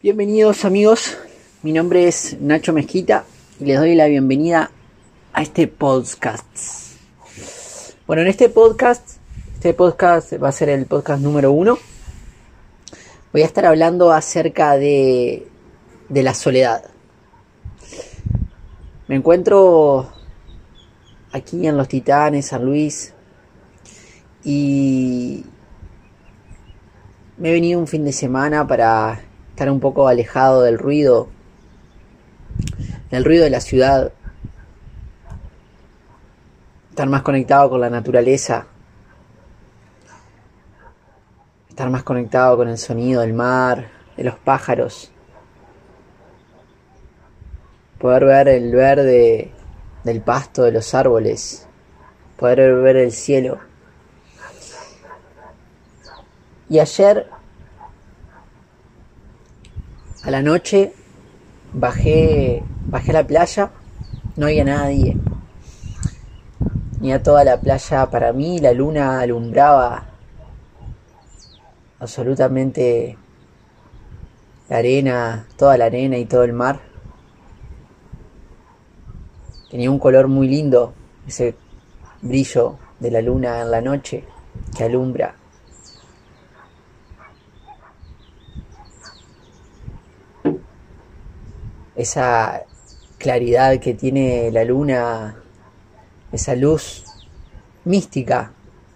Bienvenidos amigos, mi nombre es Nacho Mezquita y les doy la bienvenida a este podcast. Bueno, en este podcast va a ser el podcast número 1. Voy a estar hablando acerca de la soledad. Me encuentro aquí en Los Titanes, San Luis, y me he venido un fin de semana para estar un poco alejado del ruido de la ciudad, estar más conectado con la naturaleza, estar más conectado con el sonido del mar, de los pájaros, poder ver el verde del pasto de los árboles, poder ver el cielo. Y ayer a la noche bajé a la playa, no había nadie, ni a toda la playa. Para mí la luna alumbraba absolutamente la arena, toda la arena y todo el mar. Tenía un color muy lindo, ese brillo de la luna en la noche que alumbra. Esa claridad que tiene la luna, esa luz mística.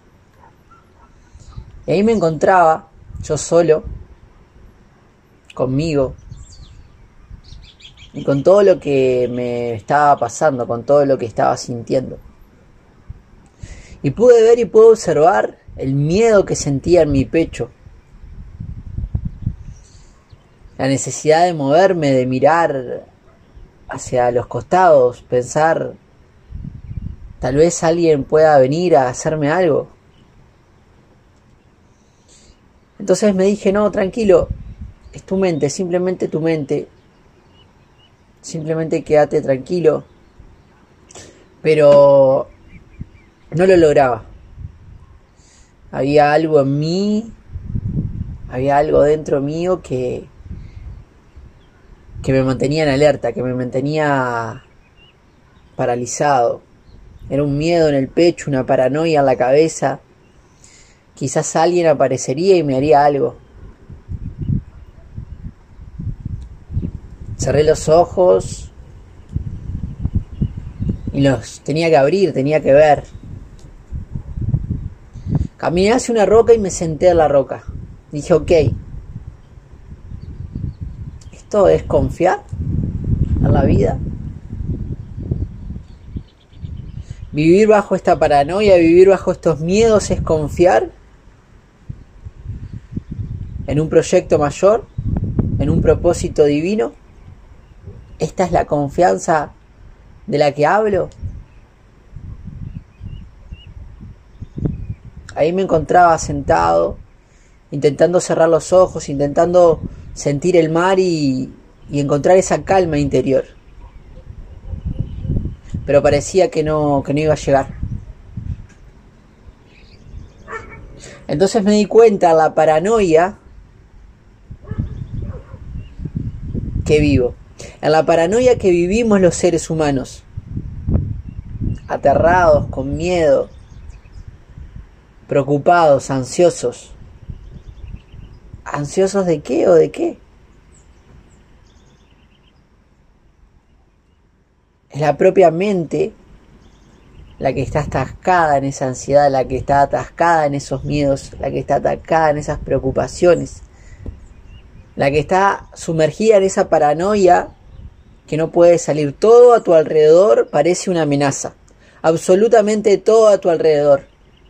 Y ahí me encontraba yo solo, conmigo, y con todo lo que me estaba pasando, con todo lo que estaba sintiendo. Y pude ver y pude observar el miedo que sentía en mi pecho, la necesidad de moverme, de mirar hacia los costados, pensar, tal vez alguien pueda venir a hacerme algo. Entonces me dije, no, tranquilo, es tu mente, simplemente tu mente, simplemente quédate tranquilo. Pero no lo lograba. Había algo en mí, había algo dentro mío que me mantenía en alerta, que me mantenía paralizado. Era un miedo en el pecho, una paranoia en la cabeza. Quizás alguien aparecería y me haría algo. Cerré los ojos y los tenía que abrir, tenía que ver. Caminé hacia una roca y me senté en la roca. Dije, ok, ¿esto es confiar en la vida? Vivir bajo esta paranoia, vivir bajo estos miedos, ¿es confiar en un proyecto mayor, en un propósito divino? ¿Esta es la confianza de la que hablo? Ahí me encontraba sentado, intentando cerrar los ojos, intentando sentir el mar y encontrar esa calma interior. Pero parecía que no iba a llegar. Entonces me di cuenta de la paranoia que vivo, en la paranoia que vivimos los seres humanos, aterrados, con miedo, preocupados, ansiosos. ¿Ansiosos de qué o de qué? Es la propia mente la que está atascada en esa ansiedad, la que está atascada en esos miedos, la que está atascada en esas preocupaciones, la que está sumergida en esa paranoia que no puede salir. Todo a tu alrededor parece una amenaza, absolutamente todo a tu alrededor.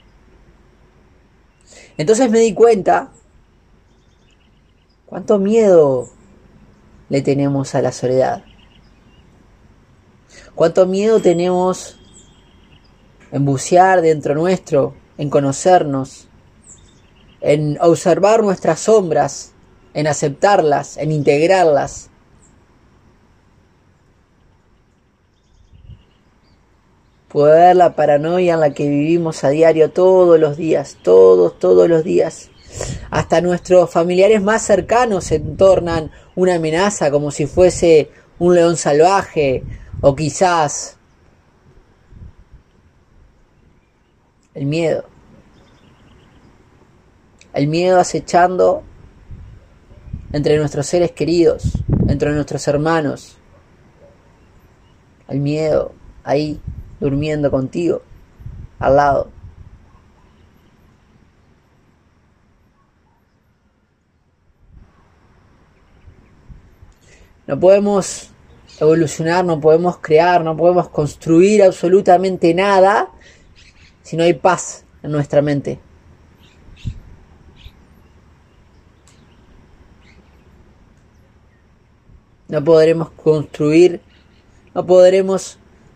Entonces me di cuenta cuánto miedo le tenemos a la soledad, cuánto miedo tenemos en bucear dentro nuestro, en conocernos, en observar nuestras sombras, en aceptarlas, en integrarlas. Puede ver la paranoia en la que vivimos a diario, todos los días, todos los días. Hasta nuestros familiares más cercanos se tornan una amenaza, como si fuese un león salvaje, o quizás el miedo. El miedo acechando entre nuestros seres queridos, entre nuestros hermanos. El miedo ahí, durmiendo contigo, al lado. No podemos evolucionar, no podemos crear, no podemos construir absolutamente nada si no hay paz en nuestra mente. No podremos construir, no podremos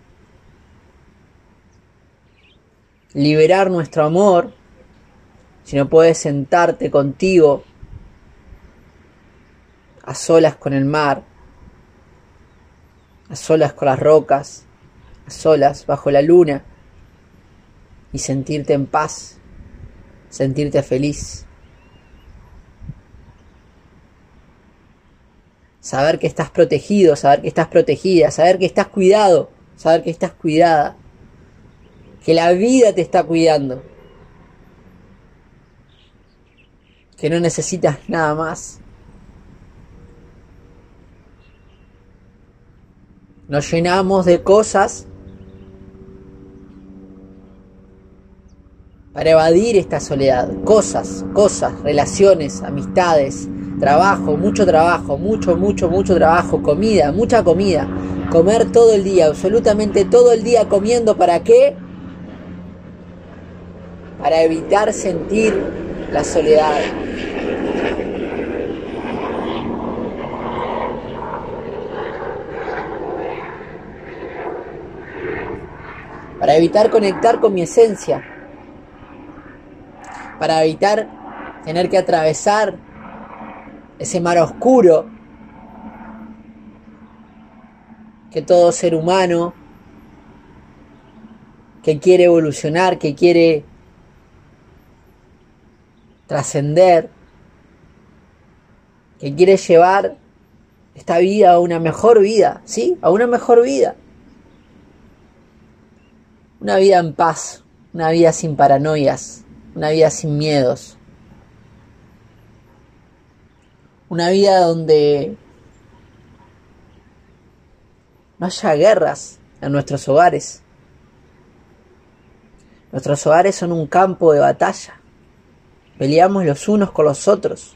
liberar nuestro amor si no puedes sentarte contigo a solas con el mar, a solas con las rocas, a solas bajo la luna y sentirte en paz, sentirte feliz. Saber que estás protegido, saber que estás protegida, saber que estás cuidado, saber que estás cuidada, que la vida te está cuidando, que no necesitas nada más. Nos llenamos de cosas para evadir esta soledad. Cosas, relaciones, amistades, trabajo, mucho trabajo, mucho trabajo, comida, mucha comida. Comer todo el día, absolutamente todo el día comiendo. ¿Para qué? Para evitar sentir la soledad. Para evitar conectar con mi esencia. Para evitar tener que atravesar ese mar oscuro que todo ser humano que quiere evolucionar, que quiere trascender, que quiere llevar esta vida a una mejor vida, ¿sí? A una mejor vida. Una vida en paz, una vida sin paranoias, una vida sin miedos. Una vida donde no haya guerras en nuestros hogares. Nuestros hogares son un campo de batalla. Peleamos los unos con los otros.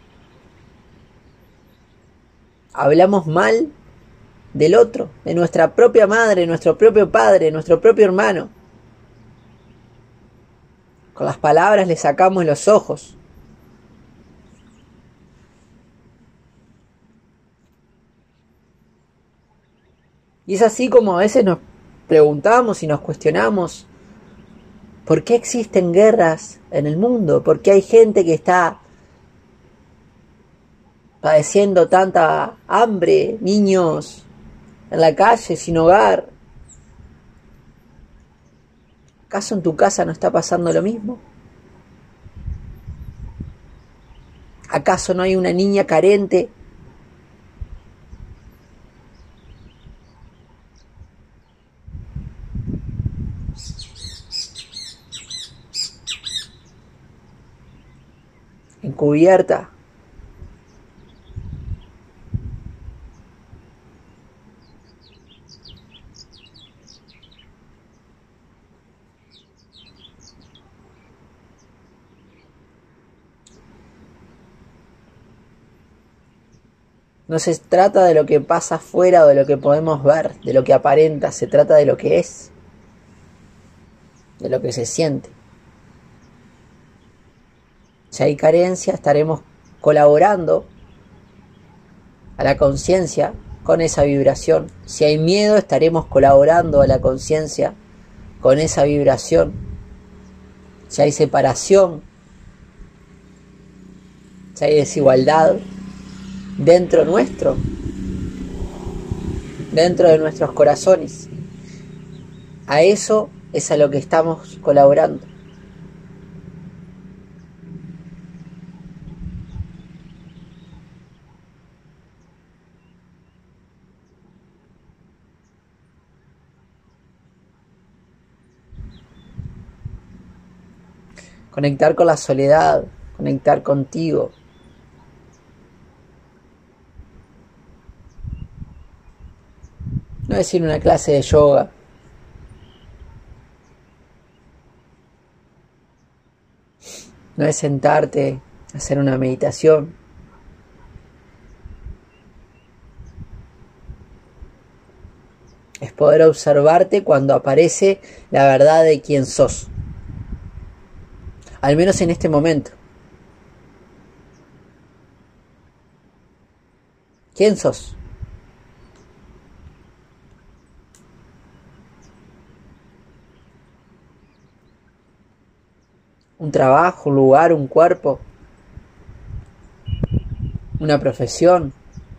Hablamos mal del otro, de nuestra propia madre, nuestro propio padre, nuestro propio hermano. Con las palabras le sacamos los ojos. Y es así como a veces nos preguntamos y nos cuestionamos ¿por qué existen guerras en el mundo? ¿Por qué hay gente que está padeciendo tanta hambre? Niños en la calle, sin hogar. ¿Acaso en tu casa no está pasando lo mismo? ¿Acaso no hay una niña carente? Encubierta. No se trata de lo que pasa afuera o de lo que podemos ver, de lo que aparenta, se trata de lo que es, de lo que se siente. Si hay carencia, estaremos colaborando a la conciencia con esa vibración. Si hay miedo, estaremos colaborando a la conciencia con esa vibración. Si hay separación, si hay desigualdad dentro nuestro, dentro de nuestros corazones, a eso es a lo que estamos colaborando. conectar con la soledad, conectar contigo. No es ir a una clase de yoga. No es sentarte a hacer una meditación. Es poder observarte cuando aparece la verdad de quién sos. Al menos en este momento. ¿Quién sos? Un trabajo, un lugar, un cuerpo, una profesión,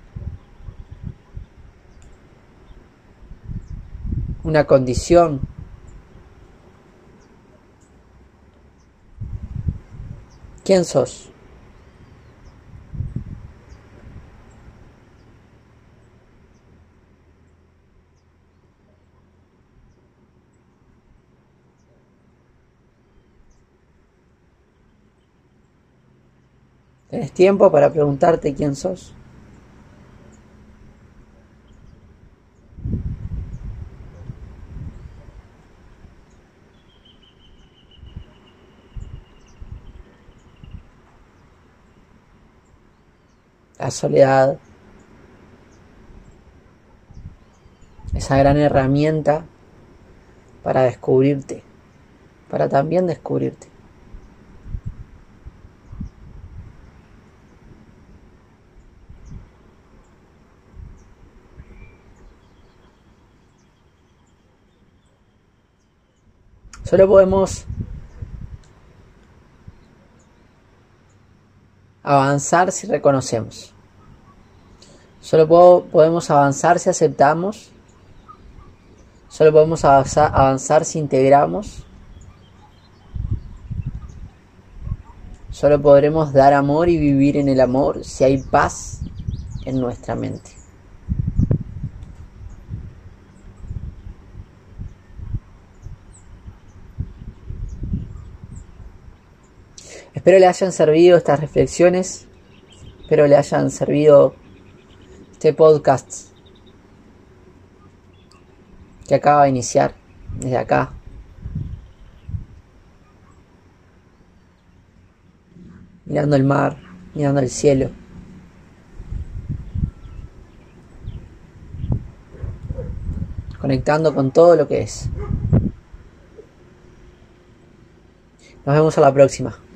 una condición. ¿Quién sos? ¿Tenés tiempo para preguntarte quién sos? La soledad, esa gran herramienta para descubrirte, para también descubrirte. Solo podemos avanzar si reconocemos. Solo podemos avanzar si aceptamos. Solo podemos avanzar si integramos. Solo podremos dar amor y vivir en el amor si hay paz en nuestra mente. Espero le hayan servido estas reflexiones. Espero le hayan servido este podcast que acaba de iniciar desde acá. Mirando el mar, mirando el cielo. Conectando con todo lo que es. Nos vemos a la próxima.